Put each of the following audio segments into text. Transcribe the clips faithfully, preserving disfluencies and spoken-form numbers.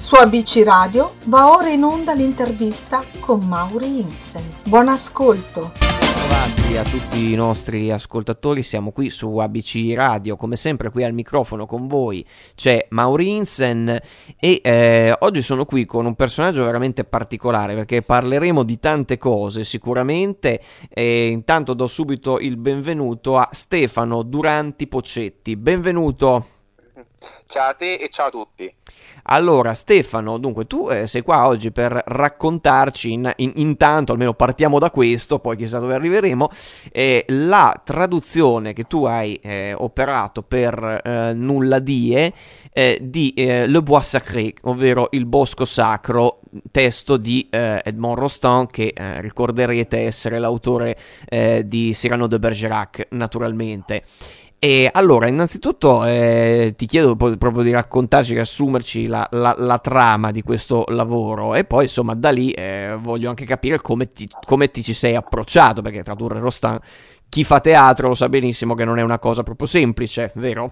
Su A B C Radio va ora in onda l'intervista con Mauri Insen. Buon ascolto. Bentrovati a tutti i nostri ascoltatori, siamo qui su A B C Radio, come sempre qui al microfono con voi c'è Mauri Insen e eh, oggi sono qui con un personaggio veramente particolare perché parleremo di tante cose sicuramente e intanto do subito il benvenuto a Stefano Duranti Poccetti. Benvenuto. Ciao a te e ciao a tutti. Allora Stefano, dunque tu eh, sei qua oggi per raccontarci in, in, intanto, almeno partiamo da questo, poi chissà dove arriveremo, eh, la traduzione che tu hai eh, operato per eh, Nulla Die eh, di eh, Le Bois Sacré, ovvero Il Bosco Sacro, testo di eh, Edmond Rostand, che eh, ricorderete essere l'autore eh, di Cyrano de Bergerac, naturalmente. E allora, innanzitutto eh, ti chiedo proprio di raccontarci, riassumerci la, la, la trama di questo lavoro e poi insomma da lì eh, voglio anche capire come ti, come ti ci sei approcciato, perché tradurre Rostand, chi fa teatro lo sa benissimo che non è una cosa proprio semplice, vero?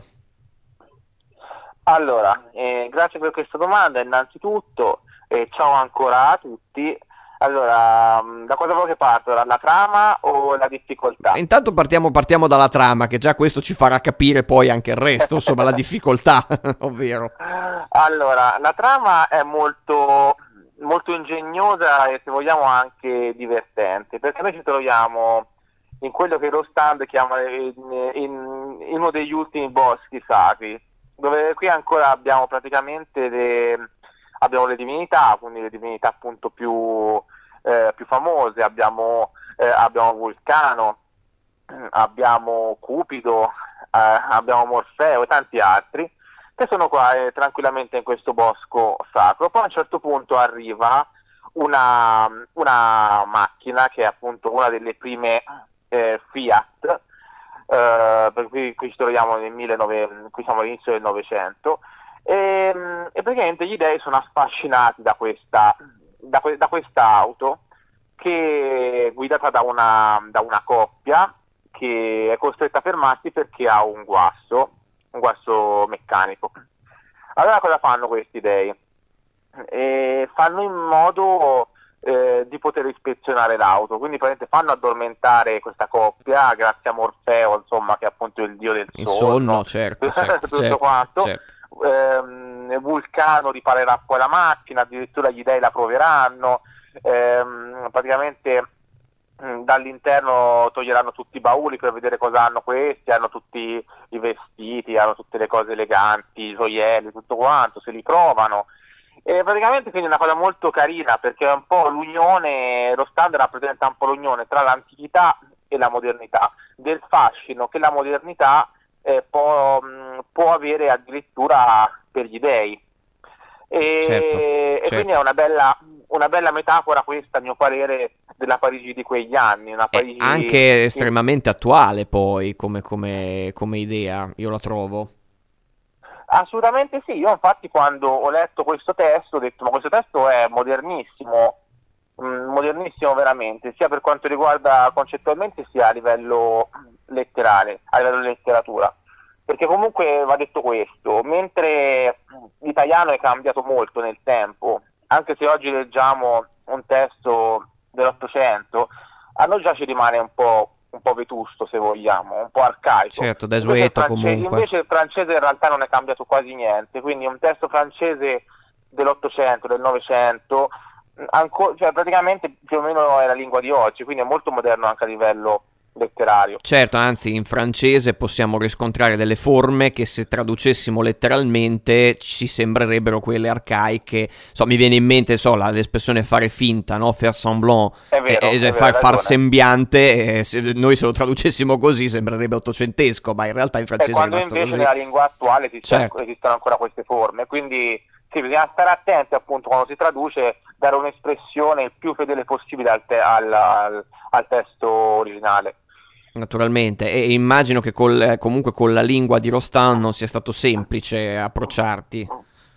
Allora, eh, grazie per questa domanda innanzitutto e ciao ancora a tutti. Allora, da cosa vuoi che parto? La, la trama o la difficoltà? Intanto partiamo, partiamo dalla trama, che già questo ci farà capire poi anche il resto, insomma la difficoltà, ovvero. Allora, la trama è molto, molto ingegnosa e se vogliamo anche divertente, perché noi ci troviamo in quello che Rostand chiama in, in, in uno degli ultimi boschi sacri, dove qui ancora abbiamo praticamente le, abbiamo le divinità, quindi le divinità appunto più... Eh, più famose, abbiamo, eh, abbiamo Vulcano, abbiamo Cupido, eh, abbiamo Morfeo e tanti altri che sono qua eh, tranquillamente in questo bosco sacro. Poi a un certo punto arriva una, una macchina che è appunto una delle prime eh, Fiat, eh, per cui qui ci troviamo nel millenovecento, qui siamo all'inizio del Novecento e, e praticamente gli dei sono affascinati da questa Da, que- da questa auto che è guidata da una, da una coppia che è costretta a fermarsi perché ha un guasto, un guasto meccanico. Allora cosa fanno questi dei? E fanno in modo eh, di poter ispezionare l'auto, quindi praticamente fanno addormentare questa coppia grazie a Morfeo, insomma, che è appunto il dio del Il sonno, sonno, certo, certo, tutto certo, quanto. certo. Ehm, Vulcano riparerà poi la macchina, addirittura gli dei la proveranno, ehm, praticamente mh, dall'interno toglieranno tutti i bauli per vedere cosa hanno questi, hanno tutti i vestiti, hanno tutte le cose eleganti, i gioielli, tutto quanto, se li provano. E praticamente quindi è una cosa molto carina perché è un po' l'unione, lo standard rappresenta un po' l'unione tra l'antichità e la modernità, del fascino che la modernità Eh, può, mh, può avere addirittura per gli dei e, Certo, e certo. quindi è una bella, una bella metafora questa a mio parere della Parigi di quegli anni, una È Parigi anche in... estremamente attuale poi come, come, come idea, io la trovo. Assolutamente sì. Io infatti quando ho letto questo testo ho detto ma questo testo è modernissimo, mh, modernissimo veramente, sia per quanto riguarda concettualmente sia a livello letterale, a livello di letteratura, perché comunque va detto questo, mentre l'italiano è cambiato molto nel tempo, anche se oggi leggiamo un testo dell'Ottocento, a noi già ci rimane un po', un po' vetusto se vogliamo, un po' arcaico. Certo, Invece il, desueto france- comunque. invece il francese in realtà non è cambiato quasi niente, quindi un testo francese dell'Ottocento, del Novecento, anco- cioè praticamente più o meno è la lingua di oggi, quindi è molto moderno anche a livello letterario. Certo, anzi in francese possiamo riscontrare delle forme che se traducessimo letteralmente ci sembrerebbero quelle arcaiche. So, mi viene in mente so, la, l'espressione fare finta, no? Faire semblant, È e, vero, e, è vero, far, hai far ragione. sembiante, eh, se noi se lo traducessimo così sembrerebbe ottocentesco, ma in realtà in E francese è quando rimasto invece così. nella lingua attuale esiste- Certo. esistono ancora queste forme, quindi sì, bisogna stare attenti appunto quando si traduce, dare un'espressione il più fedele possibile al, te- al, al, al testo originale. Naturalmente, e immagino che col, comunque con la lingua di Rostand non sia stato semplice approcciarti.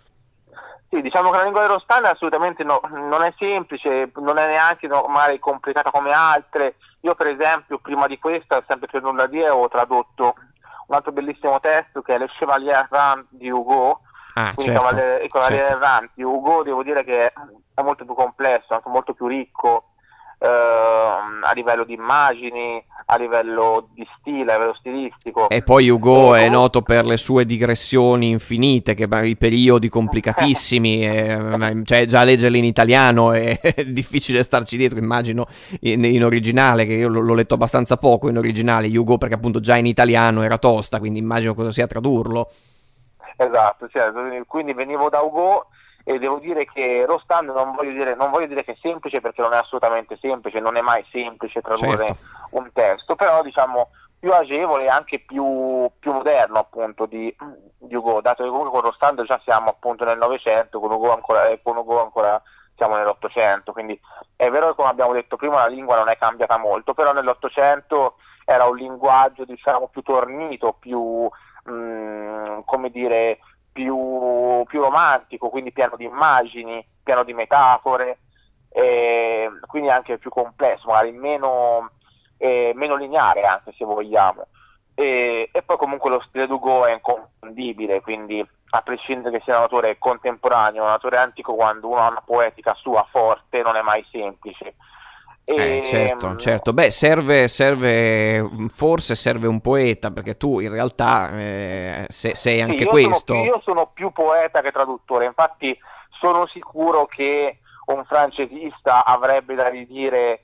Sì, diciamo che la lingua dello standard assolutamente no, non è semplice, non è neanche no, magari complicata come altre. Io per esempio prima di questa, sempre per nulla dire, ho tradotto un altro bellissimo testo che è Le Chevalier Errant di Hugo, Ah, quindi certo, Cavaliere, i Cavalieri certo. Erranti. Ugo devo dire che è molto più complesso, anche molto più ricco ehm, a livello di immagini, a livello di stile, a livello stilistico. E poi Hugo E è comunque noto per le sue digressioni infinite, che i periodi complicatissimi, e, cioè già leggerli in italiano è, è difficile starci dietro, immagino in, in originale, che io l- l'ho letto abbastanza poco in originale, Hugo, perché appunto già in italiano era tosta, quindi immagino cosa sia tradurlo. Esatto, cioè, quindi venivo da Hugo e devo dire che Rostand non voglio dire, non voglio dire che è semplice perché non è assolutamente semplice, non è mai semplice tradurre Certo. un testo, però diciamo più agevole e anche più, più moderno appunto di, di Hugo, dato che comunque con Rostand già siamo appunto nel Novecento, con Hugo ancora, eh, con Hugo ancora siamo nell'Ottocento, quindi è vero che come abbiamo detto prima la lingua non è cambiata molto, però nell'Ottocento era un linguaggio diciamo più tornito, più mh, come dire, più, più romantico, quindi pieno di immagini, pieno di metafore, e quindi anche più complesso, magari meno, eh, meno lineare anche se vogliamo. E, e poi comunque lo stile d'Hugo è inconfondibile, quindi a prescindere che sia un autore contemporaneo, un autore antico, quando uno ha una poetica sua forte non è mai semplice. Eh, E, certo, certo. Beh, serve, serve, forse serve un poeta, perché tu in realtà eh, se- sei Sì, anche io sono, più, questo. io sono più poeta che traduttore, infatti sono sicuro che un francesista avrebbe da ridire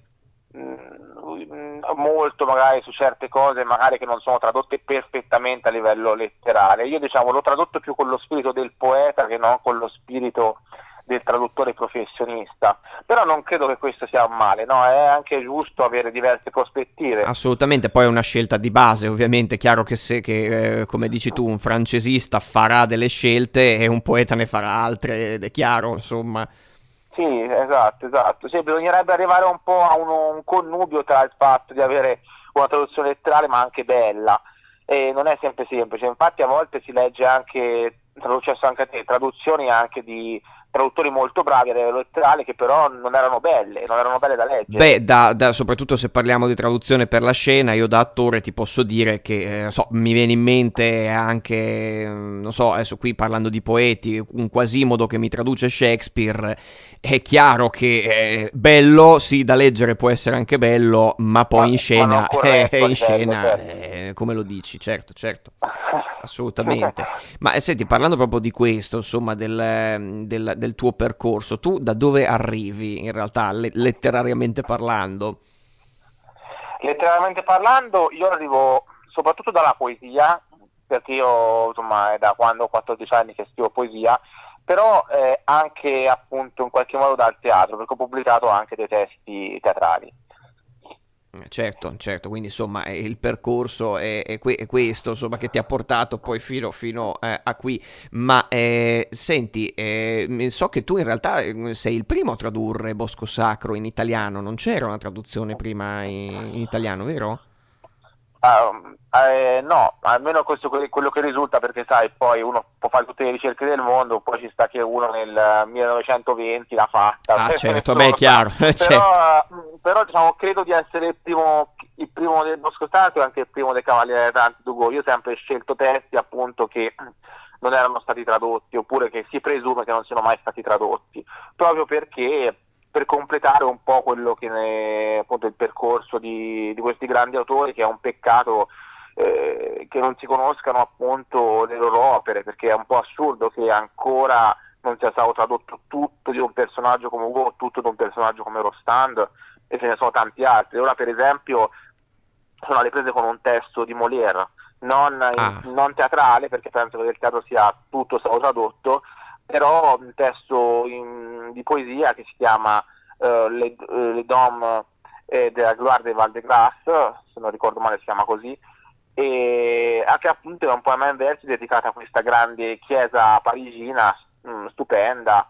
mh, molto magari su certe cose, magari che non sono tradotte perfettamente a livello letterale. Io diciamo l'ho tradotto più con lo spirito del poeta che non con lo spirito del traduttore professionista, però non credo che questo sia un male, no? È anche giusto avere diverse prospettive. Assolutamente, poi è una scelta di base, ovviamente, è chiaro che se, che, eh, come dici tu, un francesista farà delle scelte e un poeta ne farà altre, ed è chiaro, insomma. Sì, esatto, esatto. Sì, bisognerebbe arrivare un po' a uno- un connubio tra il fatto di avere una traduzione letterale ma anche bella. E non è sempre semplice, infatti a volte si legge anche, traducesso anche a te, traduzioni anche di traduttori molto bravi a livello letterale che però non erano belle, non erano belle da leggere. Beh, da, da- soprattutto se parliamo di traduzione per la scena, io da attore ti posso dire che, eh, so, mi viene in mente anche, mm, non so, adesso qui parlando di poeti, un Quasimodo che mi traduce Shakespeare, è chiaro che è bello, sì, da leggere può essere anche bello, ma poi Ma, in ma non scena, eh, corretto a in livello, scena, certo. eh, come lo dici, certo, certo. Assolutamente. Ma eh, senti, parlando proprio di questo, insomma, del, ehm, del- del tuo percorso, tu da dove arrivi in realtà, le- letterariamente parlando? Letteralmente parlando, io arrivo soprattutto dalla poesia, perché io insomma è da quando ho quattordici anni che scrivo poesia, però eh, anche appunto in qualche modo dal teatro, perché ho pubblicato anche dei testi teatrali. Eh, Certo, certo, quindi insomma eh, il percorso è, è que- è questo, insomma, che ti ha portato poi fino, fino, eh, a qui. Ma eh, senti, eh, so che tu in realtà eh, sei il primo a tradurre Bosco Sacro in italiano, non c'era una traduzione prima in, in italiano, vero? Ah, eh, no, almeno questo è quello che risulta perché sai, poi uno può fare tutte le ricerche del mondo, poi ci sta che uno nel millenovecentoventi l'ha fatta, Ah, certo, beh, nessuno è lo sa, chiaro, eh, certo. però, però diciamo, credo di essere il primo, il primo del Bosco Sacro e anche il primo dei Cavalieri Erranti d'Ugo. Io ho sempre scelto testi appunto che non erano stati tradotti oppure che si presume che non siano mai stati tradotti, proprio perché per completare un po' quello che è appunto il percorso di, di questi grandi autori, che è un peccato eh, che non si conoscano appunto le loro opere, perché è un po' assurdo che ancora non sia stato tradotto tutto di un personaggio come Hugo, tutto di un personaggio come Rostand, e ce ne sono tanti altri. Ora per esempio sono alle prese con un testo di Molière, non, in- Ah, non teatrale, perché penso che del teatro sia tutto stato tradotto, però un testo in- di poesia che si chiama eh, Le, eh, Le Dômes eh, de la Gloire de Val-de-Grâce, se non ricordo male si chiama così, e anche appunto è un poema in versi dedicato a questa grande chiesa parigina, mh, stupenda,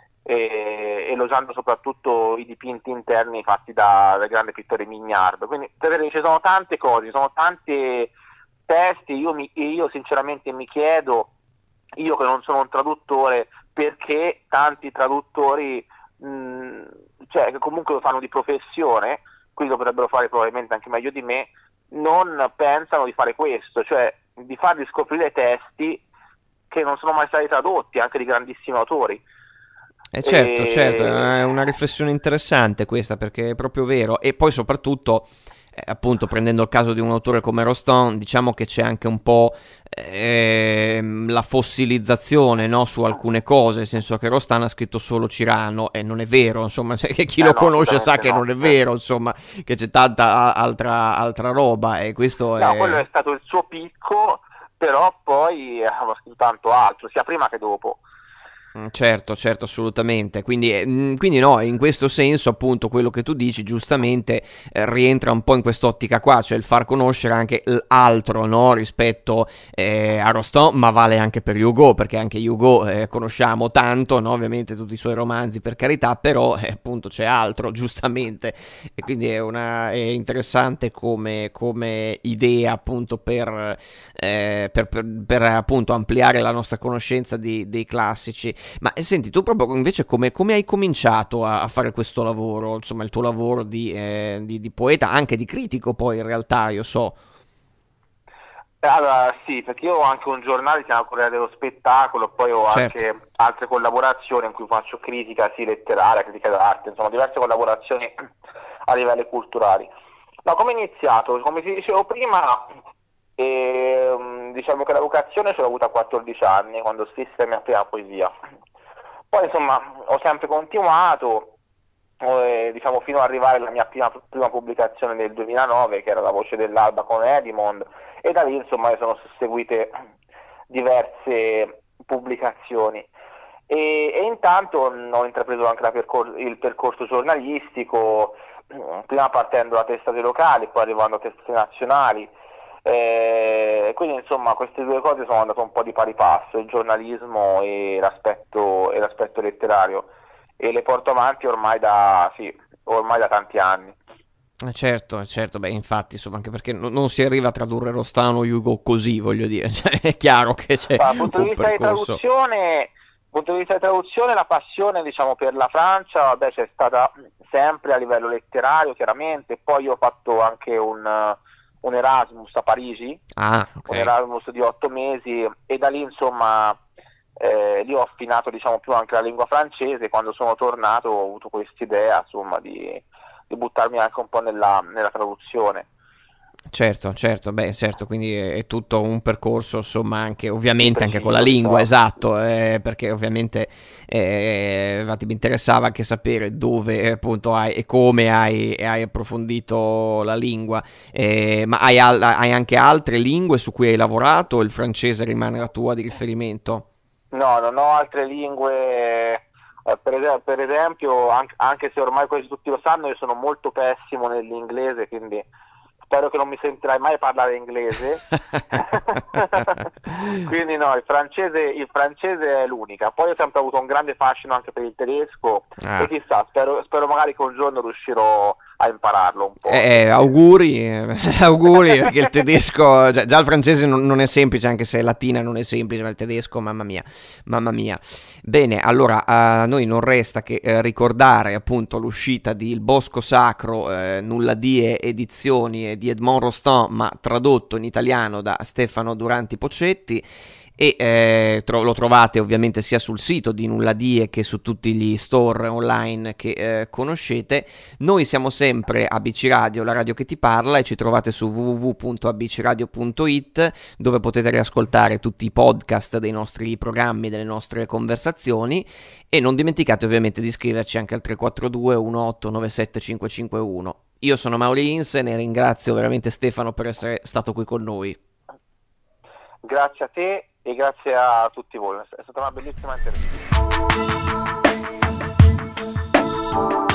e, elogiando soprattutto i dipinti interni fatti da, dal grande pittore Mignard. Quindi per vedere, ci sono tante cose, ci sono tanti testi, io, mi, io sinceramente mi chiedo, io che non sono un traduttore, perché tanti traduttori, mh, cioè che comunque lo fanno di professione, quindi dovrebbero fare probabilmente anche meglio di me, non pensano di fare questo, cioè di fargli scoprire testi che non sono mai stati tradotti, anche di grandissimi autori. Eh certo, E... certo, è una riflessione interessante questa, perché è proprio vero. E poi soprattutto, eh, appunto, prendendo il caso di un autore come Rostand, diciamo che c'è anche un po' ehm, la fossilizzazione, no, su alcune cose, nel senso che Rostand ha scritto solo Cyrano, e non è vero, insomma, che chi Eh lo no, conosce sa assolutamente che non no. è vero, insomma, che c'è tanta a- altra, altra roba, e questo No, quello è... è stato il suo picco, però poi aveva scritto tanto altro, sia prima che dopo. Mm, certo, certo, assolutamente. Quindi, eh, mm, quindi no, in questo senso, appunto, quello che tu dici giustamente eh, rientra un po' in quest'ottica qua, cioè il far conoscere anche l'altro, no, rispetto eh, a Rostand, ma vale anche per Hugo, perché anche Hugo eh, conosciamo tanto, no, ovviamente tutti i suoi romanzi, per carità, però eh, appunto c'è altro, giustamente, e quindi è, una, è interessante come, come idea, appunto, per, eh, per, per, per appunto ampliare la nostra conoscenza di, dei classici. Ma eh, senti, tu proprio invece come, come hai cominciato a, a fare questo lavoro? Insomma, il tuo lavoro di, eh, di, di poeta, anche di critico poi in realtà, io so. Eh, Allora, sì, perché io ho anche un giornale che si chiama Corriere dello Spettacolo, poi ho Certo. anche altre collaborazioni in cui faccio critica, sì, letteraria, critica d'arte, insomma, diverse collaborazioni a livelli culturali. No, come è iniziato? Come ti dicevo prima, ehm, diciamo che la vocazione ce l'ho avuta a quattordici anni, quando scrissi la mia prima poesia. Poi, insomma, ho sempre continuato, eh, diciamo, fino ad arrivare alla mia prima, prima pubblicazione nel duemilanove, che era La voce dell'alba con Edimond, e da lì, insomma, sono susseguite diverse pubblicazioni. E, e intanto mh, ho intrapreso anche la percor- il percorso giornalistico, mh, prima partendo da testate locali, poi arrivando a testate nazionali. Eh, quindi insomma queste due cose sono andate un po' di pari passo, il giornalismo e l'aspetto, e l'aspetto letterario, e le porto avanti ormai da, sì, ormai da tanti anni. Eh, certo, eh, certo, beh, infatti, insomma, anche perché no- non si arriva a tradurre Rostano o Hugo così, voglio dire, cioè, è chiaro che c'è Dal punto di un vista di percorso. traduzione, dal punto di vista di traduzione, la passione, diciamo, per la Francia, vabbè, c'è stata sempre a livello letterario, chiaramente. Poi io ho fatto anche un, eh, un Erasmus a Parigi, Ah, un ok. Erasmus di otto mesi, e da lì, insomma, eh, lì ho affinato, diciamo, più anche la lingua francese. Quando sono tornato ho avuto quest'idea, insomma, di, di buttarmi anche un po' nella, nella traduzione. Certo, certo, beh, certo, quindi è, è tutto un percorso, insomma, anche Sì, ovviamente anche con la preciso, lingua, esatto. esatto, eh, perché ovviamente eh, infatti mi interessava anche sapere dove eh, appunto hai e come hai, hai approfondito la lingua. Eh, ma hai, al- hai anche altre lingue su cui hai lavorato, o il francese rimane la tua di riferimento? No, non ho altre lingue, eh, per, es- per esempio, an- anche se ormai quasi tutti lo sanno, io sono molto pessimo nell'inglese, quindi spero che non mi sentirai mai parlare inglese. Quindi no, il francese, il francese è l'unica. Poi ho sempre avuto un grande fascino anche per il tedesco, e Ah. chissà, spero, spero magari che un giorno riuscirò a impararlo un po', Eh, perché auguri, eh, auguri, perché il tedesco, già, già il francese non, non è semplice, anche se latina non è semplice, ma il tedesco, mamma mia, mamma mia. Bene, allora a noi non resta che eh, ricordare appunto l'uscita di Il Bosco Sacro, eh, Nulla Die Edizioni eh, di Edmond Rostand, ma tradotto in italiano da Stefano Duranti Poccetti. E eh, tro- lo trovate ovviamente sia sul sito di Nulla Die che su tutti gli store online che eh, conoscete. Noi siamo sempre A B C Radio, la radio che ti parla, e ci trovate su w w w punto a b c radio punto i t, dove potete riascoltare tutti i podcast dei nostri programmi, delle nostre conversazioni, e non dimenticate ovviamente di iscriverci anche al tre quattro due uno otto nove sette cinque cinque uno. Io sono Mauri Insen e ringrazio veramente Stefano per essere stato qui con noi. grazie a te e grazie a tutti voi, è stata una bellissima intervista.